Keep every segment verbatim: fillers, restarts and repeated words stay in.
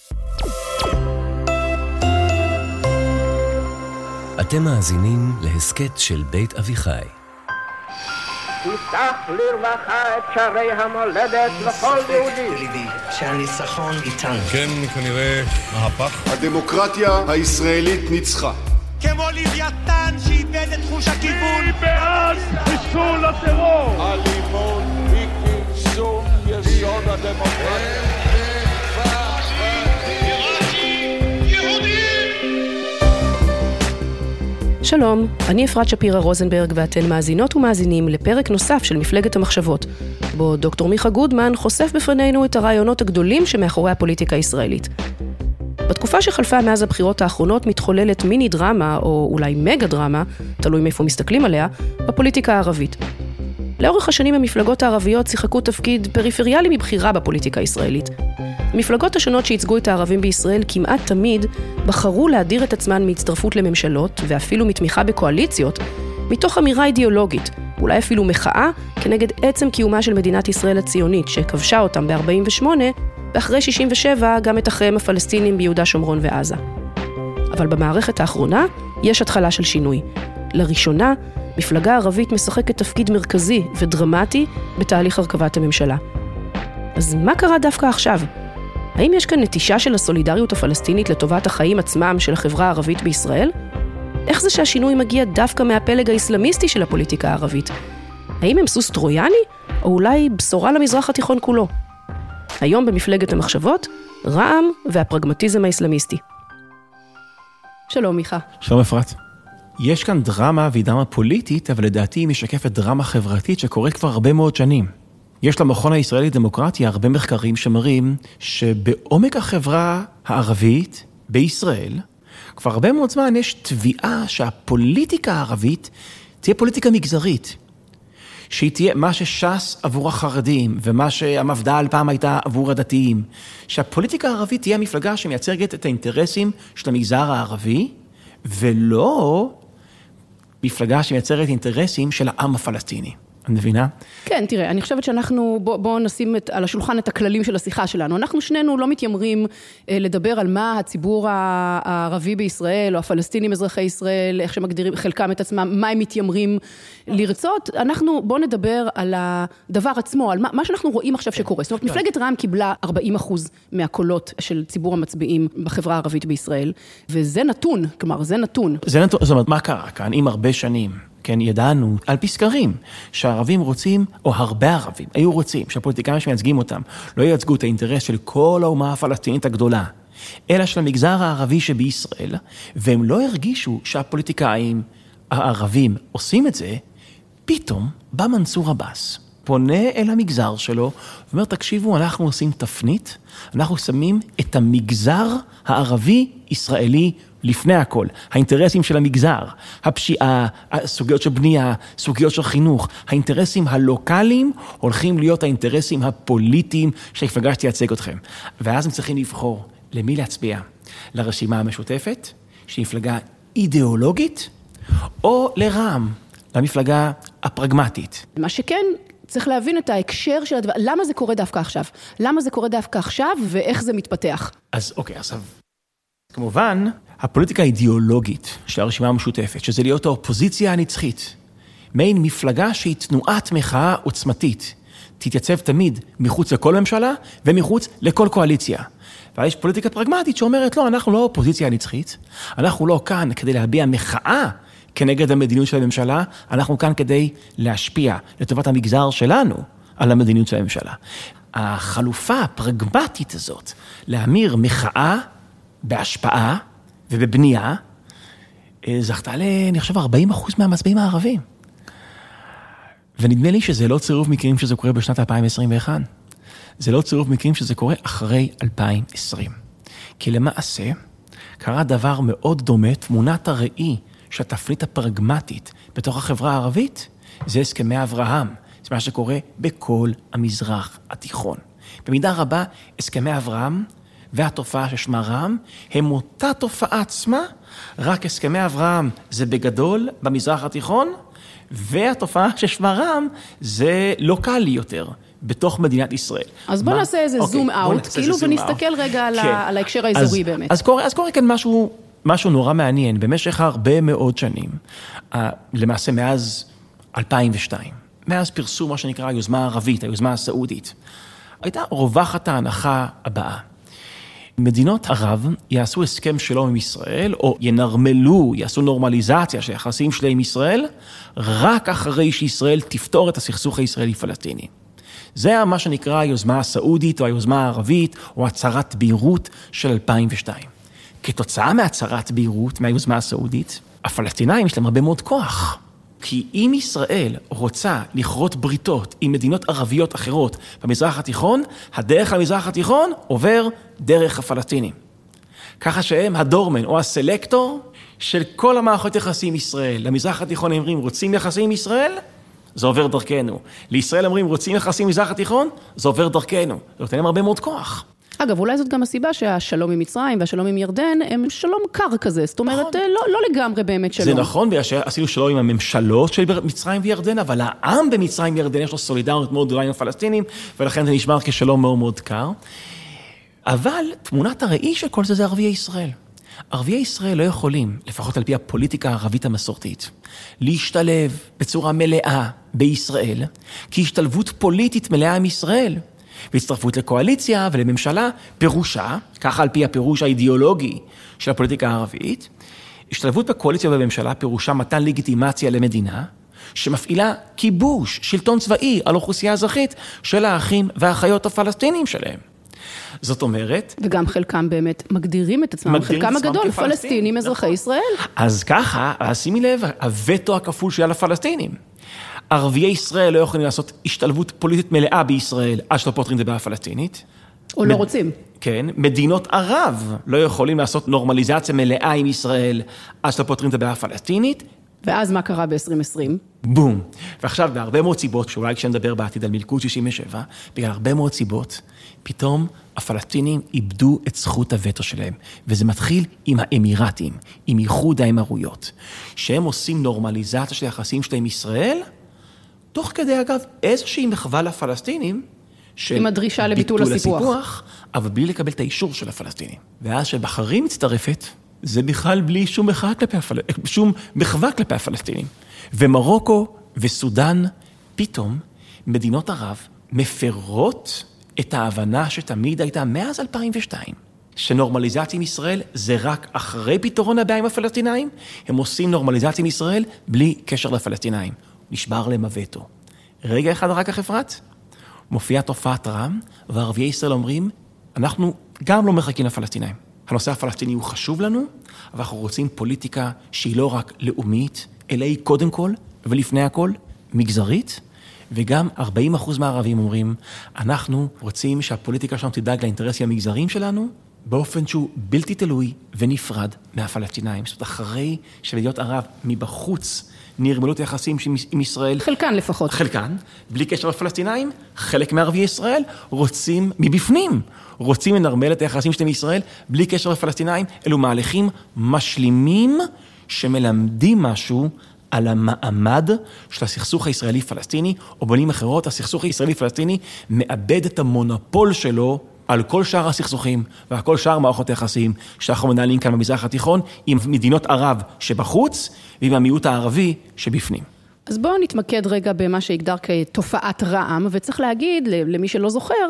אתם מאזינים להסכת של בית אביחי. תפתח לרווחה את שערי המולדת לכל יהודי. שהניצחון איתנו. כן, כנראה מהפך. הדמוקרטיה הישראלית ניצחה. כמו לוויתן שאיבד את חוש הכיוון. אני בעד חיסול הטרור. אלימות היא כרסום יסוד הדמוקרטיה. שלום, אני אפרת שפירה רוזנברג ואתן מאזינות ומאזינים לפרק נוסף של מפלגת המחשבות, בו דוקטור מיכה גודמן חושף בפנינו את הרעיונות הגדולים שמאחורי הפוליטיקה הישראלית. בתקופה שחלפה מאז הבחירות האחרונות מתחוללת מיני דרמה, או אולי מגה דרמה, תלוי מאיפה מסתכלים עליה, בפוליטיקה הערבית. לאורך השנים המפלגות הערביות שיחקו תפקיד פריפריאלי מבחירה בפוליטיקה הישראלית. המפלגות השונות שייצגו את הערבים בישראל כמעט תמיד בחרו להדיר את עצמן מהצטרפות לממשלות ואפילו מתמיכה בקואליציות מתוך אמירה אידיאולוגית, אולי אפילו מחאה כנגד עצם קיומה של מדינת ישראל הציונית שכבשה אותם ב-ארבעים ושמונה ואחרי שישים ושבע גם את אחיהם הפלסטינים ביהודה שומרון ועזה. אבל במערכת האחרונה יש התחלה של שינוי. לראשונה מפלגה ערבית משחקת תפקיד מרכזי ודרמטי בתהליך הרכבת הממשלה. אז מה קרה דווקא עכשיו? האם יש כאן נטישה של הסולידריות הפלסטינית לטובת החיים עצמם של החברה הערבית בישראל? איך זה שהשינוי מגיע דווקא מהפלג האסלאמיסטי של הפוליטיקה הערבית? האם הם סוס טרויאני? או אולי בשורה למזרח התיכון כולו? היום במפלגת המחשבות, רע"מ והפרגמטיזם האסלאמיסטי. שלום מיכה. שלום אפרת. יש כאן דרמה והיא דרמה פוליטית, אבל לדעתי היא משקפת דרמה חברתית שקורית כבר הרבה מאוד שנים. יש למכון הישראלי לדמוקרטיה הרבה מחקרים שמראים שבעומק החברה הערבית בישראל, כבר הרבה מאוד זמן יש תביעה שהפוליטיקה הערבית תהיה פוליטיקה מגזרית. שהיא תהיה מה שש"ס עבור החרדים, ומה שהמפד"ל פעם הייתה עבור הדתיים. שהפוליטיקה הערבית תהיה המפלגה שמייצגת את האינטרסים של המגזר הערבי, ולא מפלגה שמייצרת אינטרסים של העם הפלסטיני. את מבינה? כן, תראה, אני חושבת שאנחנו, בוא, בוא נשים את, על השולחן את הכללים של השיחה שלנו. אנחנו שנינו לא מתיימרים אה, לדבר על מה הציבור הערבי בישראל, או הפלסטינים אזרחי ישראל, איך שמגדירים חלקם את עצמם, מה הם מתיימרים לרצות. אנחנו, בוא נדבר על הדבר עצמו, על מה, מה שאנחנו רואים עכשיו שקורה. זאת אומרת, מפלגת רע"מ קיבלה ארבעים אחוז מהקולות של ציבור המצביעים בחברה הערבית בישראל, וזה נתון, כלומר, זה נתון. זה נתון, זאת אומרת, מה קרה כאן? עם הרבה שנים. כן, ידענו על פי סקרים שהערבים רוצים, או הרבה ערבים, היו רוצים שהפוליטיקאים שמייצגים אותם לא ייצגו את האינטרס של כל האומה הפלסטינית הגדולה, אלא של המגזר הערבי שבישראל, והם לא הרגישו שהפוליטיקאים הערבים עושים את זה, פתאום בא מנסור עבאס, פונה אל המגזר שלו, ואומר, תקשיבו, אנחנו עושים תפנית, אנחנו שמים את המגזר הערבי-ישראלי לפני הכל, האינטרסים של המגזר, הפשיעה, הסוגיות של בנייה, סוגיות של חינוך, האינטרסים הלוקליים הולכים להיות האינטרסים הפוליטיים שהמפלגה שתייצג אתכם. ואז הם צריכים לבחור למי להצביע, לרשימה המשותפת, שהיא מפלגה אידיאולוגית, או לרע"מ, למפלגה הפרגמטית. מה שכן, צריך להבין את ההקשר של הדבר, למה זה קורה דווקא עכשיו? למה זה קורה דווקא עכשיו ואיך זה מתפתח? אז אוקיי, עכשיו, כמובן, הפוליטיקה האידיאולוגית של הרשימה המשותפת, שזה להיות האופוזיציה הנצחית, מעין מפלגה שהיא תנועת מחאה עוצמתית, תתייצב תמיד מחוץ לכל ממשלה ומחוץ לכל קואליציה. ויש פוליטיקה פרגמטית שאומרת, לא, אנחנו לא אופוזיציה הנצחית, אנחנו לא כאן כדי להביע מחאה כנגד המדיניות של הממשלה, אנחנו כאן כדי להשפיע לטובת המגזר שלנו על המדיניות של הממשלה. החלופה הפרגמטית הזאת, להמיר מחאה בהשפעה ובבנייה, זכתה ל, אני חושב, ארבעים אחוז מהמצביעים הערבים. ונדמה לי שזה לא צירוף מקרים שזה קורה בשנת אלפיים עשרים ואחת. זה לא צירוף מקרים שזה קורה אחרי אלפיים ועשרים. כי למעשה, קרה דבר מאוד דומה, תמונת הראי של התפנית הפרגמטית בתוך החברה הערבית, זה הסכמי אברהם. זה מה שקורה בכל המזרח התיכון. במידה רבה, הסכמי אברהם והתופעה ששמה רע"מ, הם אותה תופעה עצמה, רק הסכמי אברהם זה בגדול במזרח התיכון, והתופעה ששמה רע"מ זה לוקלי יותר, בתוך מדינת ישראל. אז בוא נעשה איזה זום אאוט, כאילו, ונסתכל רגע על ההקשר האזורי באמת. אז קורה כאן משהו, משהו נורא מעניין, במשך הרבה מאוד שנים, למעשה מאז אלפיים ושתיים, מאז פרסום מה שנקרא היוזמה הערבית, היוזמה הסעודית, הייתה רווחת ההנחה הבאה. מדינות ערב יעשו הסכם שלום עם ישראל, או ינרמלו, יעשו נורמליזציה של יחסים שלהם עם ישראל, רק אחרי שישראל תפתור את הסכסוך הישראלי-פלסטיני. זה מה שנקרא היוזמה הסעודית, או היוזמה הערבית, או הצהרת ביירות של אלפיים ושתיים. כתוצאה מהצהרת ביירות, מהיוזמה הסעודית, הפלסטינאים יש להם הרבה מאוד כוח. כי אם ישראל רוצה לכרות בריתות עם מדינות ערביות אחרות במזרח התיכון, הדרך למזרח התיכון עובר דרך הפלסטינים. ככה שהם הדורמן או הסלקטור של כל המערכות יחסים עם ישראל. למזרח התיכון הם אומרים, רוצים יחסים עם ישראל? זה עובר דרכנו. לישראל אומרים, רוצים יחסים עם מזרח התיכון? זה עובר דרכנו. זה נותן להם הרבה מאוד כוח. אגב, אולי זאת גם הסיבה שהשלום עם מצרים והשלום עם ירדן הם שלום קר כזה, זאת אומרת, לא, לא לגמרי באמת שלום. זה נכון, ועשינו שלום עם הממשלות של מצרים וירדן, אבל העם במצרים וירדן יש לו סולידריות מאוד גדולה עם הפלסטינים, ולכן זה נשמר כשלום מאוד מאוד קר. אבל תמונת הראי של כל זה זה ערביי ישראל. ערביי ישראל לא יכולים, לפחות על פי הפוליטיקה הערבית המסורתית, להשתלב בצורה מלאה בישראל, כי השתלבות פוליטית מלאה עם ישראל, והצטרפות לקואליציה ולממשלה, פירושה, ככה על פי הפירוש האידיאולוגי של הפוליטיקה הערבית, השתלבות בקואליציה ובממשלה פירושה מתן לגיטימציה למדינה, שמפעילה כיבוש, שלטון צבאי על אוכלוסייה אזרחית של האחים והאחיות הפלסטינים שלהם. זאת אומרת... וגם חלקם באמת מגדירים את עצמם, חלקם הגדול, פלסטינים, אזרחי ישראל. אז ככה, שימי לב, הווטו הכפול שהיה לפלסטינים. ערביי ישראל לא יכולים לעשות השתלבות פוליטית מלאה בישראל, עד שלא פותרים את הבעיה הפלסטינית. או לא רוצים. כן, מדינות ערב לא יכולים לעשות נורמליזציה מלאה עם ישראל, עד שלא פותרים את הבעיה הפלסטינית. ואז מה קרה ב-עשרים עשרים? בום. ועכשיו, בהרבה מאוד סיבות, שאולי כשנדבר בעתיד על מלכוד שישים ושבע, בגלל הרבה מאוד סיבות, פתאום הפלסטינים איבדו את זכות הווטו שלהם. וזה מתחיל עם האמירתים, עם איחוד האמירויות, שהם עושים נורמליזציה של היחסים שלהם עם ישראל, תוך כדי, אגב, איזושהי מחווה לפלסטינים, עם הדרישה לביטול הסיפוח. הסיפוח, אבל בלי לקבל את האישור של הפלסטינים. ואז שבחרים מצטרפת, זה בכלל בלי שום מחווה כלפי, הפל... שום מחווה כלפי הפלסטינים. ומרוקו וסודן, פתאום, מדינות ערב מפרות את ההבנה שתמיד הייתה מאז אלפיים ושתיים, שנורמליזציה עם ישראל זה רק אחרי פתרון הבעיה עם הפלסטינאים, הם עושים נורמליזציה עם ישראל בלי קשר לפלסטינאים. נשבר להם הווטו. רגע אחד רק החברת, מופיעה תופעת רעם, וערביי ישראל אומרים, אנחנו גם לא מחכים לפלסטינאים. הנושא הפלסטיני הוא חשוב לנו, אבל אנחנו רוצים פוליטיקה שהיא לא רק לאומית, אלא היא קודם כל, ולפני הכל, מגזרית, וגם ארבעים אחוז מהערבים אומרים, אנחנו רוצים שהפוליטיקה שלנו תדאג לאינטרסים המגזריים שלנו, באופן שהוא בלתי תלוי ונפרד מהפלסטינאים. זאת אומרת, אחרי שמדינות ערב מבחוץ נרמלו את היחסים עם ישראל. חלקן לפחות. חלקן, בלי קשר לפלסטינאים, חלק מערביי ישראל רוצים מבפנים, רוצים לנרמל את היחסים שלהם עם ישראל, בלי קשר לפלסטינאים, אלו מהלכים משלימים שמלמדים משהו על המעמד של הסכסוך הישראלי-פלסטיני, או במילים אחרות, הסכסוך הישראלי-פלסטיני מאבד את המונופול שלו על כל שאר הסכסוכים ועל כל שאר מערכות היחסים שאנחנו מנהלים כאן במזרח התיכון, עם מדינות ערב שבחוץ ועם המיעוט הערבי שבפנים. אז בואו נתמקד רגע במה שהגדר כתופעת רעם, וצריך להגיד למי שלא זוכר,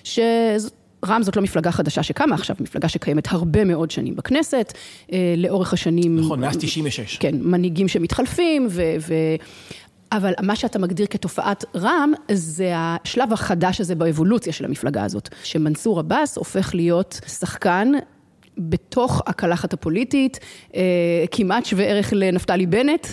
שרעם זאת לא מפלגה חדשה שקמה עכשיו, מפלגה שקיימת הרבה מאוד שנים בכנסת, לאורך השנים... נכון, מאז תשעים ושש. כן, מנהיגים שמתחלפים, ו... ו... אבל מה שאתה מגדיר כתופעת רעם, זה השלב החדש הזה באבולוציה של המפלגה הזאת, שמנסור עבאס הופך להיות שחקן בתוך הקלחת הפוליטית, כמעט שווה ערך לנפתלי בנט,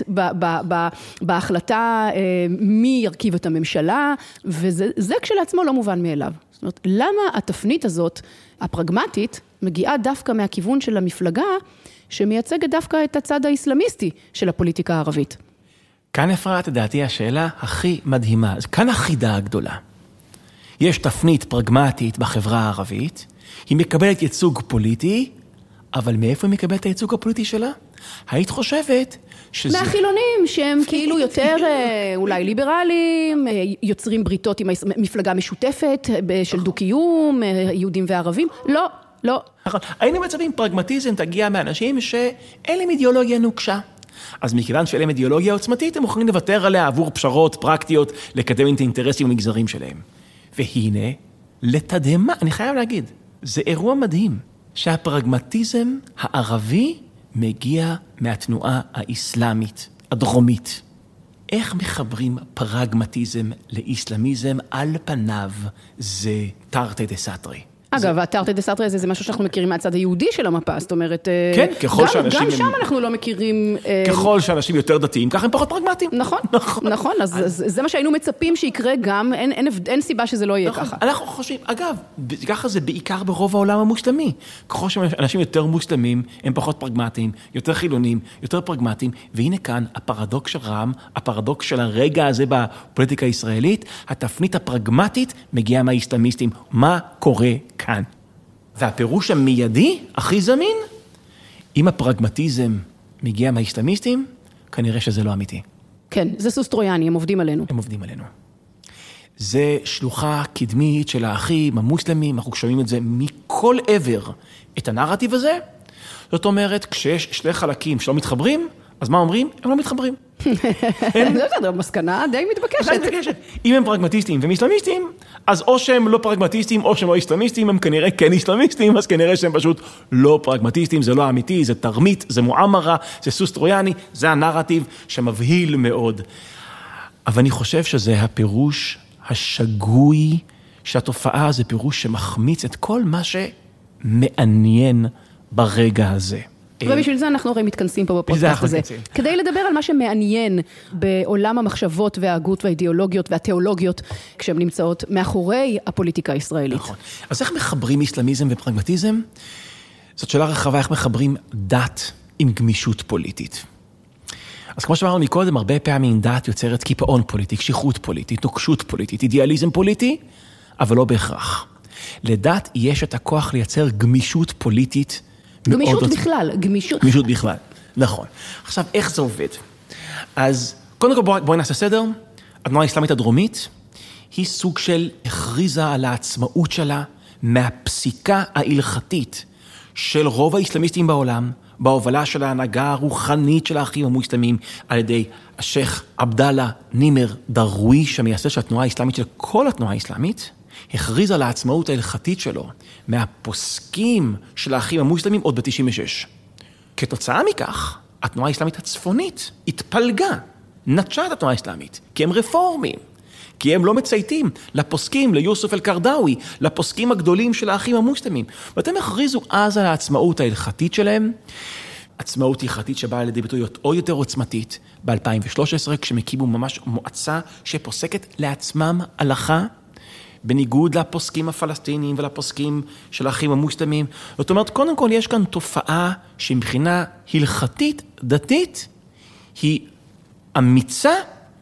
בהחלטה מי ירכיב את הממשלה, וזה כשלעצמו לא מובן מאליו. זאת אומרת, למה התפנית הזאת, הפרגמטית, מגיעה דווקא מהכיוון של המפלגה, שמייצגת דווקא את הצד האסלאמיסטי של הפוליטיקה הערבית? כאן אפרת, דעתי, השאלה הכי מדהימה, כאן החידה הגדולה. יש תפנית פרגמטית בחברה הערבית, היא מקבלת ייצוג פוליטי, אבל מאיפה היא מקבלת את הייצוג הפוליטי שלה? היית חושבת שזה... מהחילונים שהם כאילו יותר אולי ליברליים, יוצרים בריתות עם מפלגה משותפת של דו-קיום, יהודים וערבים. לא, לא. היינו מצבים, פרגמטיזם תגיע מאנשים שאין להם אידיאולוגיה נוקשה. אז מכיוון שאין להם אידיאולוגיה עוצמתית, הם מוכנים לוותר עליה עבור פשרות פרקטיות, לקדם את האינטרסים המגזרים שלהם. והנה, לתדהמה, אני חייב להגיד, זה אירוע מדהים, שהפרגמטיזם הערבי מגיע מהתנועה האסלאמית, הדרומית. איך מחברים פרגמטיזם לאסלאמיזם? על פניו זה תרתי דסתרי. אגב, התרתי דסתרי הזה זה משהו שאנחנו מכירים מהצד היהודי של המפה, זאת אומרת, כן, ככל שאנשים... גם שם אנחנו לא מכירים... ככל שאנשים יותר דתיים, ככה הם פחות פרגמטיים. נכון, נכון, אז זה מה שהיינו מצפים שיקרה גם, אין סיבה שזה לא יהיה ככה. אנחנו חושבים, אגב, ככה זה בעיקר ברוב העולם המוסלמי. ככל שאנשים יותר מוסלמים, הם פחות פרגמטיים, יותר חילונים, יותר פרגמטיים, והנה כאן הפרדוקס של רע"מ, הפרדוקס של הרגע הזה בפוליטיקה הישראלית, התפנית הפרגמטית מגיעה מהאסלאמיסטים. מה קורה כאן? והפירוש המיידי, הכי זמין, אם הפרגמטיזם מגיע מהאסלאמיסטים, כנראה שזה לא אמיתי. כן, זה סוס טרויאני, הם עובדים עלינו. הם עובדים עלינו. זה שלוחה קדמית של האחים המוסלמים, אנחנו שומעים את זה מכל עבר, את הנרטיב הזה. זאת אומרת, כשיש שני חלקים שלא מתחברים, אז מה אומרים? הם לא מתחברים. זה מסקנה די מתבקשת. אם הם פרגמטיסטים ומאסלאמיסטים, אז או שהם לא פרגמטיסטים, או שהם לא אסלאמיסטים, הם כנראה כן אסלאמיסטים, אז כנראה שהם פשוט לא פרגמטיסטים, זה לא אמיתי, זה תרמית, זה מועמרה, זה סוס טרויאני, זה הנרטיב שמבהיל מאוד. אבל אני חושב שזה הפירוש השגוי, שהתופעה זה פירוש שמחמיץ את כל מה שמעניין ברגע הזה. ובשביל זה אנחנו הרי מתכנסים פה בפודקאסט הזה. כדי לדבר על מה שמעניין בעולם המחשבות וההגות והאידיאולוגיות והתיאולוגיות, כשהן נמצאות מאחורי הפוליטיקה הישראלית. נכון. אז איך מחברים אסלאמיזם ופרגמטיזם? זאת שאלה רחבה, איך מחברים דת עם גמישות פוליטית. אז כמו שאמרנו מקודם, הרבה פעמים דת יוצרת קיפאון פוליטי, קשיחות פוליטית, נוקשות פוליטית, אידיאליזם פוליטי, אבל לא בהכרח. לדת יש את הכוח לייצר גמישות פוליטית, גמישות בכלל, גמישות. גמישות בכלל, נכון. עכשיו, איך זה עובד? אז קודם כל בואי, בואי נעשה סדר. התנועה האסלאמית הדרומית היא סוג של הכריזה על העצמאות שלה מהפסיקה ההלכתית של רוב האסלאמיסטים בעולם, בהובלה של ההנהגה הרוחנית של האחים המוסלמים, על ידי השייח עבדאללה נימר דרוויש, המייסד של התנועה האסלאמית, של כל התנועה האסלאמית, הכריז על העצמאות ההלכתית שלו מהפוסקים של האחים המוסלמים עוד ב-תשעים ושש. כתוצאה מכך, התנועה האסלאמית הצפונית התפלגה, נטשה את התנועה האסלאמית, כי הם רפורמים, כי הם לא מצייתים לפוסקים, ליוסף אל-קרדאווי, לפוסקים הגדולים של האחים המוסלמים. ואתם הכריזו אז על העצמאות ההלכתית שלהם, עצמאות הלכתית שבאה לידי ביטוי עוד יותר עוצמתית ב-אלפיים ושלוש עשרה, כשהם הקימו ממש מועצה שפוסקת לעצמם הלכה, בניגוד לפוסקים הפלסטינים ולפוסקים של האחים המוסלמים. זאת אומרת, קודם כל יש כאן תופעה שמבחינה הלכתית, דתית, היא אמיצה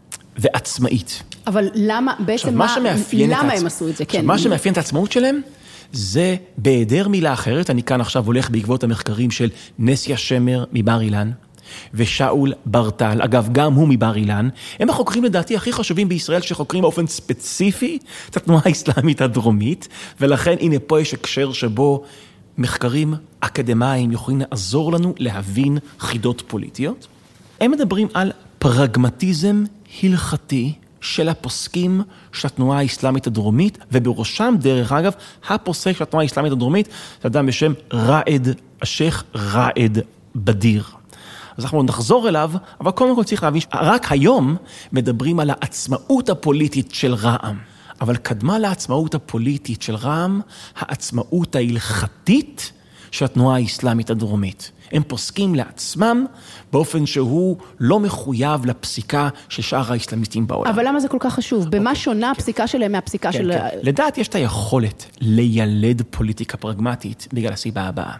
ועצמאית. אבל למה, בעצם מה, למה הם עשו את זה? כן. מה שמאפיין את העצמאות שלהם, זה בהיעדר מילה אחרת. אני כאן עכשיו הולך בעקבות המחקרים של נסיה שמר מבר אילן, ושאול ברטל, אגב, גם הוא מבר אילן, הם החוקרים לדעתי הכי חשובים בישראל שחוקרים באופן ספציפי את התנועה האסלאמית הדרומית, ולכן הנה פה יש הקשר שבו מחקרים אקדמיים יכולים לעזור לנו להבין חידות פוליטיות. הם מדברים על פרגמטיזם הלכתי של הפוסקים של התנועה האסלאמית הדרומית, ובראשם דרך אגב, הפוסק של התנועה האסלאמית הדרומית, זה אדם בשם ראד, השייח ראד בדיר. אז אנחנו נחזור אליו, אבל קודם כל צריך להבין, רק היום מדברים על העצמאות הפוליטית של רע"מ. אבל קדמה לעצמאות הפוליטית של רע"מ, העצמאות ההלכתית של התנועה האסלאמית הדרומית. הם פוסקים לעצמם באופן שהוא לא מחויב לפסיקה של שאר האסלאמיסטים בעולם. אבל למה זה כל כך חשוב? במה שונה הפסיקה שלהם מהפסיקה של... לדעת יש את היכולת לילד פוליטיקה פרגמטית בגלל הסיבה הבאה.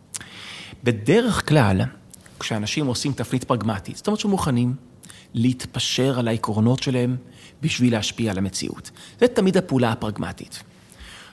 בדרך כלל, כשאנשים עושים תפנית פרגמטית, זאת אומרת שמוכנים להתפשר על העקרונות שלהם בשביל להשפיע על המציאות. זה תמיד הפעולה הפרגמטית.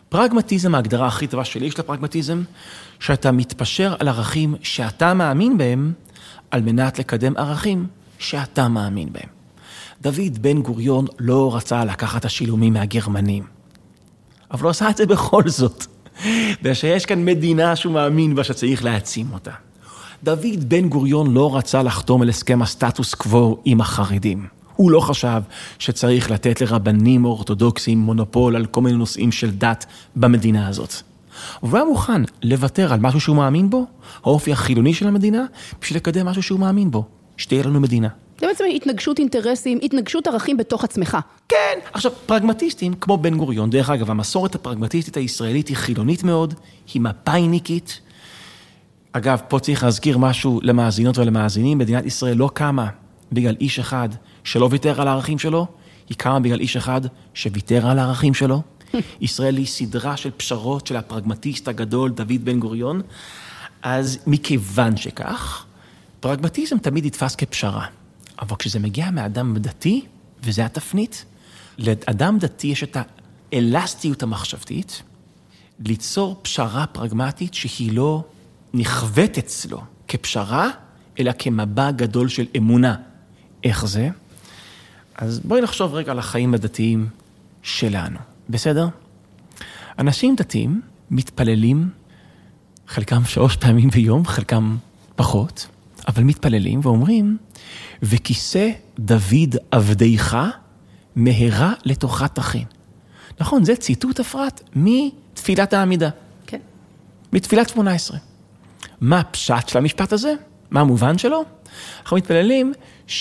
פרגמטיזם, ההגדרה הכי טובה שלי יש לפרגמטיזם, שאתה מתפשר על ערכים שאתה מאמין בהם, על מנת לקדם ערכים שאתה מאמין בהם. דוד בן גוריון לא רצה לקחת השילומים מהגרמנים, אבל הוא עשה את זה בכל זאת. ושיש כאן מדינה שהוא מאמין בה שצריך להעצים אותה. דוד בן גוריון לא רצה לחתום על הסכם הסטטוס קוו עם החרדים. הוא לא חשב שצריך לתת לרבנים אורתודוקסים מונופול על כל מיני נושאים של דת במדינה הזאת. הוא היה מוכן לוותר על משהו שהוא מאמין בו, האופי החילוני של המדינה, בשביל לקדם משהו שהוא מאמין בו. שתהיה לנו מדינה. זה בעצם התנגשות אינטרסים, התנגשות ערכים בתוך עצמך. כן, עכשיו פרגמטיסטים כמו בן גוריון, דרך אגב, המסורת הפרגמטיסטית הישראלית היא חילונית מאוד, היא מפאיניקית. אגב, פה צריך להזכיר משהו למאזינות ולמאזינים, מדינת ישראל לא קמה בגלל איש אחד שלא ויתר על הערכים שלו, היא קמה בגלל איש אחד שוויתר על הערכים שלו. ישראל היא סדרה של פשרות של הפרגמטיסט הגדול דוד בן גוריון, אז מכיוון שכך, פרגמטיזם תמיד יתפס כפשרה. אבל כשזה מגיע מאדם דתי, וזה התפנית, לאדם דתי יש את האלסטיות המחשבתית, ליצור פשרה פרגמטית שהיא לא נכוות אצלו כפשרה, אלא כמבע גדול של אמונה. איך זה? אז בואי נחשוב רגע על החיים הדתיים שלנו. בסדר? אנשים דתיים מתפללים, חלקם שלוש פעמים ביום, חלקם פחות, אבל מתפללים ואומרים, וכיסא דוד עבדיך מהרה לתוכת תכין. נכון, זה ציטוט אפרת מתפילת העמידה. כן. מתפילת שמונה עשרה. מה הפשט של המשפט הזה? מה המובן שלו? אנחנו מתפללים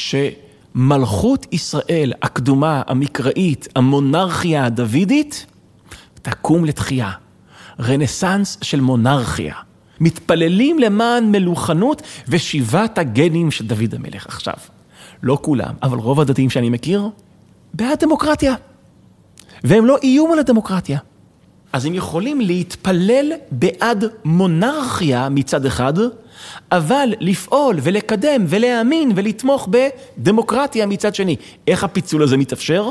שמלכות ישראל הקדומה, המקראית, המונרכיה הדוידית, תקום לתחייה. רנסנס של מונרכיה. מתפללים למען מלוכנות ושיבת הגנים של דוד המלך. עכשיו, לא כולם, אבל רוב הדתיים שאני מכיר, בעד דמוקרטיה. והם לא איום על הדמוקרטיה. אז הם יכולים להתפלל בעד מונרכיה מצד אחד, אבל לפעול ולקדם ולהאמין ולתמוך בדמוקרטיה מצד שני. איך הפיצול הזה מתאפשר?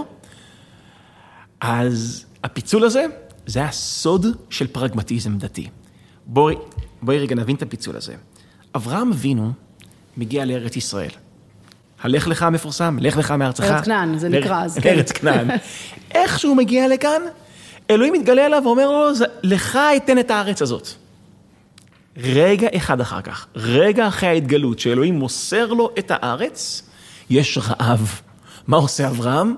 אז הפיצול הזה, זה הסוד של פרגמטיזם דתי. בואי, בואי רגע נבין את הפיצול הזה. אברהם אבינו מגיע לארץ ישראל. הלך לך המפורסם, לך לך מארצך. ארץ כנען, זה נקרא אז. ארץ כנען. איך שהוא מגיע לכאן, אלוהים מתגלה אליו ואומר לו, לך אתן את הארץ הזאת. רגע אחד אחר כך, רגע אחרי ההתגלות, שאלוהים מוסר לו את הארץ, יש רעב. מה עושה אברהם?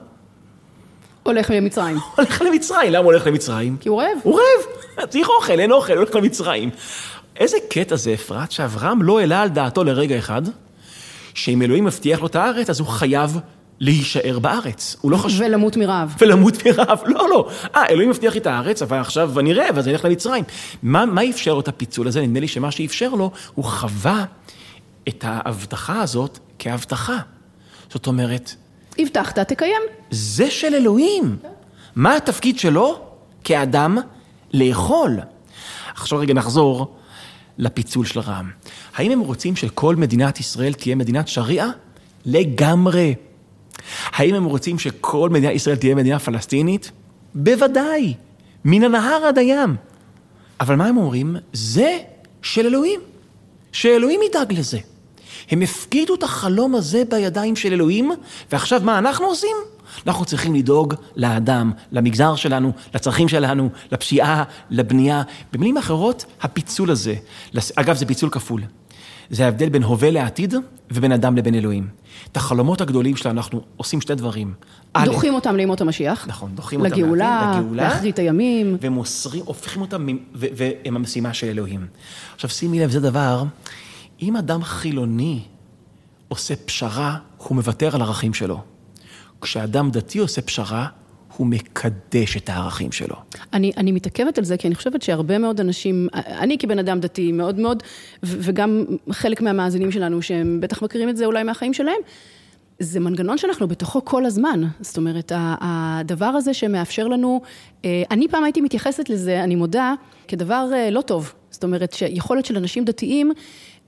הולך למצרים. הולך למצרים. למה הולך למצרים? כי הוא רעב. הוא רעב. צריך אוכל, אין אוכל, הולך למצרים. איזה קטע זה, אפרת, שאברהם לא העלה על דעתו לרגע אחד, שאם אלוהים מבטיח לו את הארץ, אז הוא חייב להישאר בארץ. הוא לא חשב... ולמות מרעב. ולמות מרעב. לא, לא. אה, אלוהים מבטיח לי את הארץ, אבל עכשיו אני רעב, אז אני הולך למצרים. מה, מה אפשר לו את הפיצול הזה? נדמה לי שמה שאפשר לו, הוא חווה את ההבטחה הזאת כהבטחה. זאת אומרת... הבטחת, תקיים. זה של אלוהים. מה התפקיד שלו? כאדם לאכול. עכשיו רגע נחזור לפיצול של רעם. האם הם רוצים שכל מדינת ישראל תהיה מדינת שריעה? לגמרי. האם הם רוצים שכל מדינת ישראל תהיה מדינה פלסטינית? בוודאי. מן הנהר עד הים. אבל מה הם אומרים? זה של אלוהים. שאלוהים ידאג לזה. הם הפקידו את החלום הזה בידיים של אלוהים, ועכשיו מה אנחנו עושים? אנחנו צריכים לדאוג לאדם, למגזר שלנו, לצרכים שלנו, לפשיעה, לבנייה. במילים אחרות, הפיצול הזה, אגב זה פיצול כפול, זה ההבדל בין הווה לעתיד ובין אדם לבין אלוהים. את החלומות הגדולים שלנו אנחנו עושים שתי דברים. דוחים אותם לימות המשיח. נכון, דוחים אותם לגאולה, לגאולה, לאחרית הימים. ומוסרים, הופכים אותם, והם המשימה של אלוהים. עכשיו שימי לב, זה דבר, אם אדם חילוני עושה פשרה, הוא מוותר על הערכים שלו. כשאדם דתי עושה פשרה, הוא מקדש את הערכים שלו. אני, אני מתעכבת על זה, כי אני חושבת שהרבה מאוד אנשים, אני כבן אדם דתי מאוד מאוד, וגם חלק מהמאזינים שלנו, שהם בטח מכירים את זה אולי מהחיים שלהם, זה מנגנון שאנחנו בתוכו כל הזמן. זאת אומרת, הדבר הזה שמאפשר לנו, אני פעם הייתי מתייחסת לזה, אני מודה, כדבר לא טוב. זאת אומרת, שיכולת של אנשים דתיים,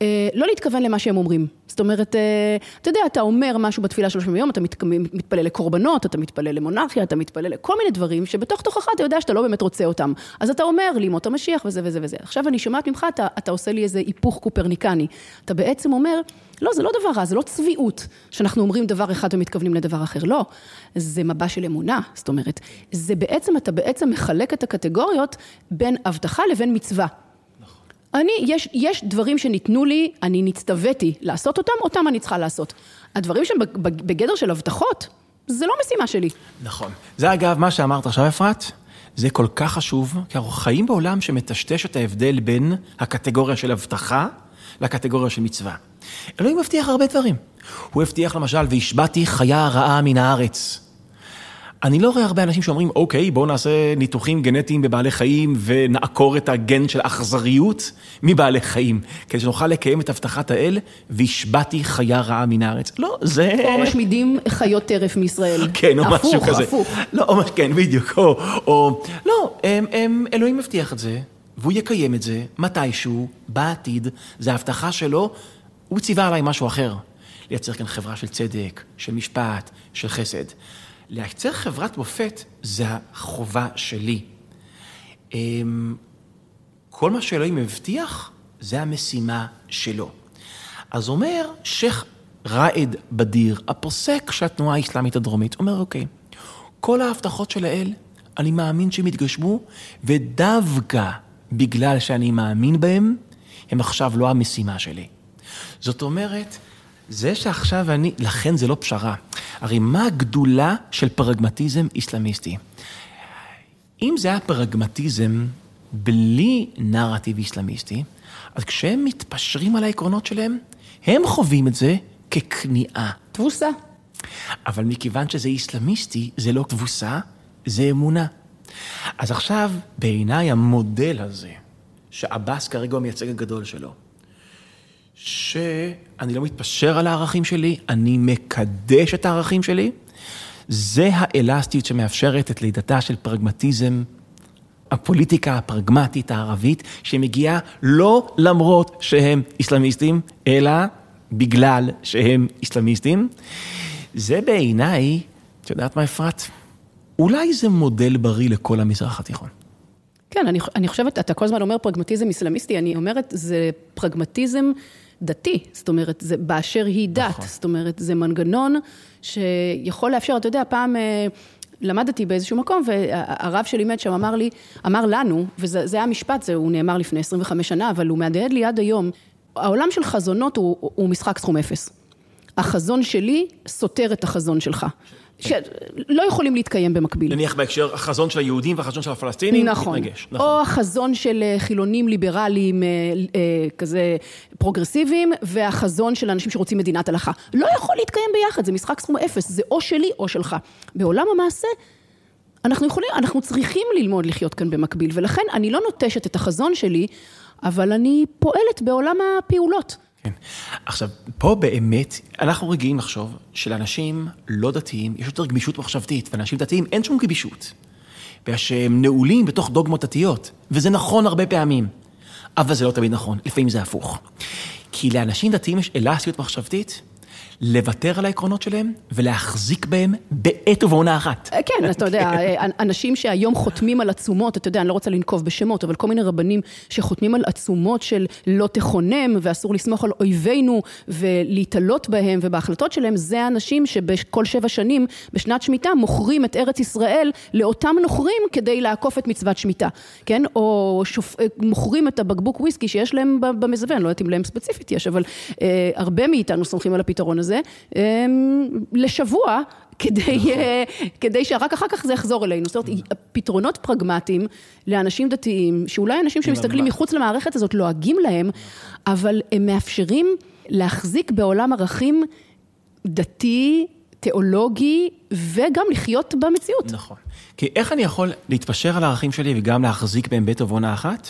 לא להתכוון למה שהם אומרים. זאת אומרת, אתה יודע, אתה אומר משהו בתפילה שלושים יום, אתה מתפלל לקורבנות, אתה מתפלל למונרכיה, אתה מתפלל לכל מיני דברים, שבתוך תוכך אתה יודע שאתה לא באמת רוצה אותם. אז אתה אומר, לימות המשיח וזה וזה וזה. עכשיו אני שומעת ממך, אתה, אתה עושה לי איזה היפוך קופרניקני. אתה בעצם אומר, לא, זה לא דבר רע, זה לא צביעות, שאנחנו אומרים דבר אחד ומתכוונים לדבר אחר. לא, זה מבע של אמונה. זאת אומרת, זה בעצם, אתה בעצם מחלק את הקטגוריות בין הבטחה לבין מצווה. אני, יש, יש דברים שניתנו לי, אני נצטוויתי לעשות אותם, אותם אני צריכה לעשות. הדברים שהם בגדר של הבטחות, זה לא משימה שלי. נכון. זה אגב, מה שאמרת עכשיו, אפרת, זה כל כך חשוב, כי אנחנו חיים בעולם שמטשטש את ההבדל בין הקטגוריה של הבטחה לקטגוריה של מצווה. אלוהים מבטיח הרבה דברים. הוא הבטיח למשל, והשבעתי חיה רעה מן הארץ. אני לא רואה הרבה אנשים שאומרים, אוקיי, בואו נעשה ניתוחים גנטיים בבעלי חיים, ונעקור את הגן של אכזריות מבעלי חיים, כדי שנוכל לקיים את הבטחת האל, והשבעתי חיה רעה מן הארץ. לא, זה... או משמידים חיות טרף מישראל. כן, או משהו הפוך, כזה. הפוך. לא, או משהו, כן, בדיוק. או, או... לא, הם, הם, אלוהים מבטיח את זה, והוא יקיים את זה, מתישהו, בעתיד, זה ההבטחה שלו, הוא ציווה עליי משהו אחר. לייצר כאן חברה של צדק, של משפט, של חסד. לייצר חברת מופת זה החובה שלי. כל מה שאלוהים מבטיח זה המשימה שלו. אז אומר שייח ראיד בדיר, הפוסק של התנועה האסלאמית הדרומית, אומר אוקיי, כל ההבטחות של האל, אני מאמין שהם יתגשמו, ודווקא בגלל שאני מאמין בהם, הם עכשיו לא המשימה שלי. זאת אומרת, זה שעכשיו אני, לכן זה לא פשרה. הרי מה הגדולה של פרגמטיזם איסלאמיסטי? אם זה היה פרגמטיזם בלי נרטיב איסלאמיסטי, אז כשהם מתפשרים על העקרונות שלהם, הם חווים את זה ככניעה. תבוסה. אבל מכיוון שזה איסלאמיסטי, זה לא תבוסה, זה אמונה. אז עכשיו, בעיניי המודל הזה, שעבאס כרגע המייצג הגדול שלו, שאני לא מתפשר על הערכים שלי, אני מקדש את הערכים שלי, זה האלסטיות שמאפשרת את לידתה של פרגמטיזם, הפוליטיקה הפרגמטית הערבית, שמגיעה לא למרות שהם איסלאמיסטים, אלא בגלל שהם איסלאמיסטים. זה בעיניי, את יודעת מה אפרת? אולי זה מודל בריא לכל המזרח התיכון. כן, אני, אני חושבת, אתה כל הזמן אומר פרגמטיזם איסלאמיסטי, אני אומרת, זה פרגמטיזם דתי, זאת אומרת, זה באשר היא דת, נכון. זאת אומרת, זה מנגנון שיכול לאפשר, אתה יודע, פעם למדתי באיזשהו מקום, והרב שלי מת שם אמר לי, אמר לנו, וזה היה משפט, זה, הוא נאמר לפני עשרים וחמש שנה, אבל הוא מהדהד לי עד היום, העולם של חזונות הוא, הוא משחק סכום אפס. החזון שלי סותר את החזון שלך. שלא יכולים להתקיים במקביל. נניח בהקשר, החזון של היהודים והחזון של הפלסטינים, נכון. מתרגש. נכון. או החזון של חילונים ליברליים, כזה פרוגרסיביים, והחזון של אנשים שרוצים מדינת הלכה. לא יכול להתקיים ביחד, זה משחק סכום אפס, זה או שלי או שלך. בעולם המעשה, אנחנו יכולים, אנחנו צריכים ללמוד לחיות כאן במקביל, ולכן אני לא נוטשת את החזון שלי, אבל אני פועלת בעולם הפעולות. כן. עכשיו, פה באמת, אנחנו רגילים לחשוב שלאנשים לא דתיים יש יותר גמישות מחשבתית, ואנשים דתיים אין שום גמישות, ושהם נעולים בתוך דוגמות דתיות, וזה נכון הרבה פעמים, אבל זה לא תמיד נכון, לפעמים זה הפוך. כי לאנשים דתיים יש אלסטיות מחשבתית, לוותר על העקרונות שלהם, ולהחזיק בהם בעת ובעונה אחת. כן, אתה יודע, אנשים שהיום חותמים על עצומות, אתה יודע, אני לא רוצה לנקוב בשמות, אבל כל מיני רבנים שחותמים על עצומות של לא תכונם, ואסור לסמוך על אויבינו, ולהתעלות בהם, ובהחלטות שלהם, זה האנשים שבכל שבע שנים, בשנת שמיטה, מוכרים את ארץ ישראל, לאותם נוכרים, כדי לעקוף את מצוות שמיטה, כן? או שופ... מוכרים את הבקבוק וויסקי, שיש להם במזווה, אני לא יודעת אם להם ספציפית יש, אבל אה, הרבה מאיתנו סומכים על הפתרון הזה, לשבוע, כדי, כדי שרק אחר כך זה יחזור אלינו. זאת אומרת, פתרונות פרגמטיים לאנשים דתיים, שאולי אנשים שמסתכלים מחוץ למערכת הזאת לועגים להם, אבל הם מאפשרים להחזיק בעולם ערכים דתי, תיאולוגי, וגם לחיות במציאות. נכון. כי איך אני יכול להתפשר על הערכים שלי וגם להחזיק בהם בית ובעונה אחת?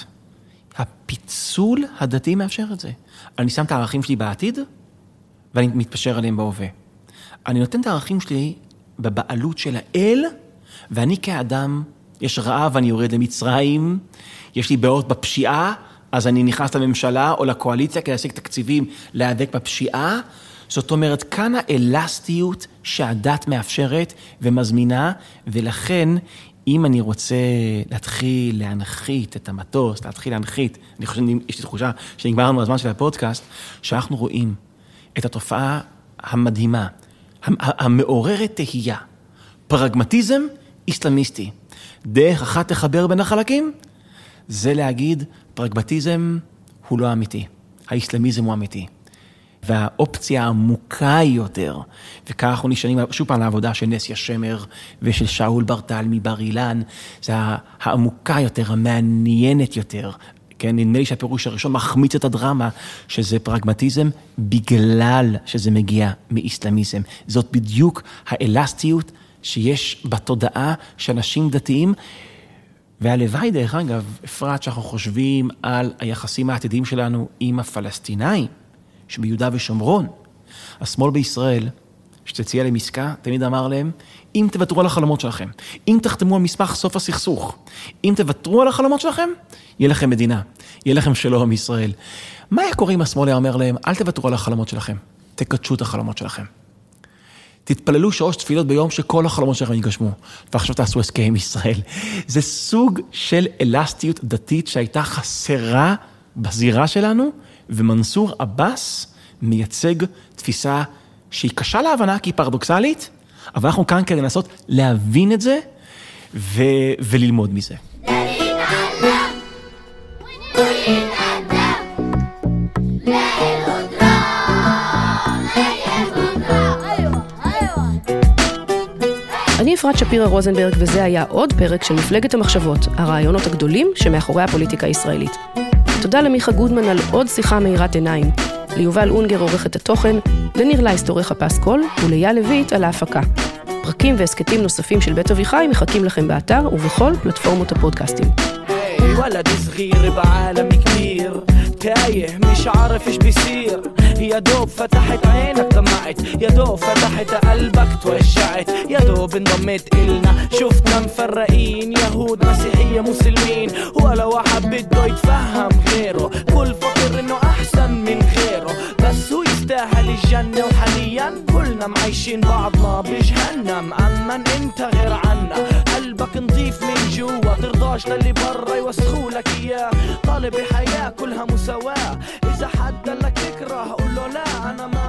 הפיצול הדתי מאפשר את זה. אני שם את הערכים שלי בעתיד, ואני מתפשר עליהם בהווה. אני נותן את הערכים שלי בבעלות של האל, ואני כאדם, יש רעב, אני יורד למצרים, יש לי בעיות בפשיעה, אז אני נכנס לממשלה או לקואליציה כדי להשיג תקציבים להיאבק בפשיעה. זאת אומרת, כאן האלסטיות שהדת מאפשרת ומזמינה, ולכן אם אני רוצה להתחיל להנחית את המטוס, להתחיל להנחית, אני חושב, יש לי תחושה שנגמרנו הזמן של הפודקאסט, שאנחנו רואים את התופעה המדהימה, המעוררת תהייה, פרגמטיזם איסלאמיסטי. דרך אחת לחבר בין החלקים, זה להגיד, פרגמטיזם הוא לא אמיתי, האיסלאמיזם הוא אמיתי. והאופציה העמוקה יותר, וכך אנחנו נשענים שוב פעם לעבודה של נסיה שמר ושל שאול ברטל מבר אילן, זה העמוקה יותר, המעניינת יותר. כן, נדמה לי שהפירוש הראשון מחמיץ את הדרמה, שזה פרגמטיזם בגלל שזה מגיע מאיסלאמיזם. זאת בדיוק האלסטיות שיש בתודעה של אנשים דתיים, והלוואי דרך אגב, אפרת שאנחנו חושבים על היחסים העתידיים שלנו עם הפלסטינאים, שביהודה ושומרון, השמאל בישראל, שתציע להם עסקה, תמיד אמר להם, אם תוותרו על החלומות שלכם, אם תחתמו על מסמך סוף הסכסוך, אם תוותרו על החלומות שלכם, יהיה לכם מדינה, יהיה לכם שלום ישראל. מה היה קורה אם השמאל היה אומר להם, אל תוותרו על החלומות שלכם, תקדשו את החלומות שלכם. תתפללו שלוש תפילות ביום שכל החלומות שלכם יגשמו, ועכשיו תעשו הסכם עם ישראל. זה סוג של אלסטיות דתית שהייתה חסרה בזירה שלנו, ומנסור עבאס מייצג תפיסה שהיא קשה להבנה, כי היא פרדוקסלית, אבל אנחנו כאן כדי לנסות להבין את זה ו- וללמוד מזה. אני אפרת שפירה רוזנברג, וזה היה עוד פרק של מפלגת המחשבות, הרעיונות הגדולים שמאחורי הפוליטיקה הישראלית. תודה למיכה גודמן על עוד שיחה מאירת עיניים, ליובל אונגר עורכת התוכן, לניר לייסט עורך הפסקול, וליה לויט על ההפקה. פרקים והסקטים נוספים של בית אביחי מחכים לכם באתר ובכל פלטפורמות הפודקאסטים. ولد صغير بعالم كبير تايه مش عارف ايش بيصير يا دوب فتحت عينك دمعت يا دوب فتحت قلبك توجعت يا دوب انضميت إلنا شفتنا مفرقين يهود مسيحية مسلمين ولا واحد بده يتفهم غيره كل فكر انه احسن من غيره بس هو يستاهل الجنة وحاليا كلنا معيشين بعضنا بجهنم اما انت غير عنا قلبك نظيف من جوا ترضاش للي برا يوسخولك اياه طالب الحياة كلها مساواة اذا حد لك تكره قول له لا انا ما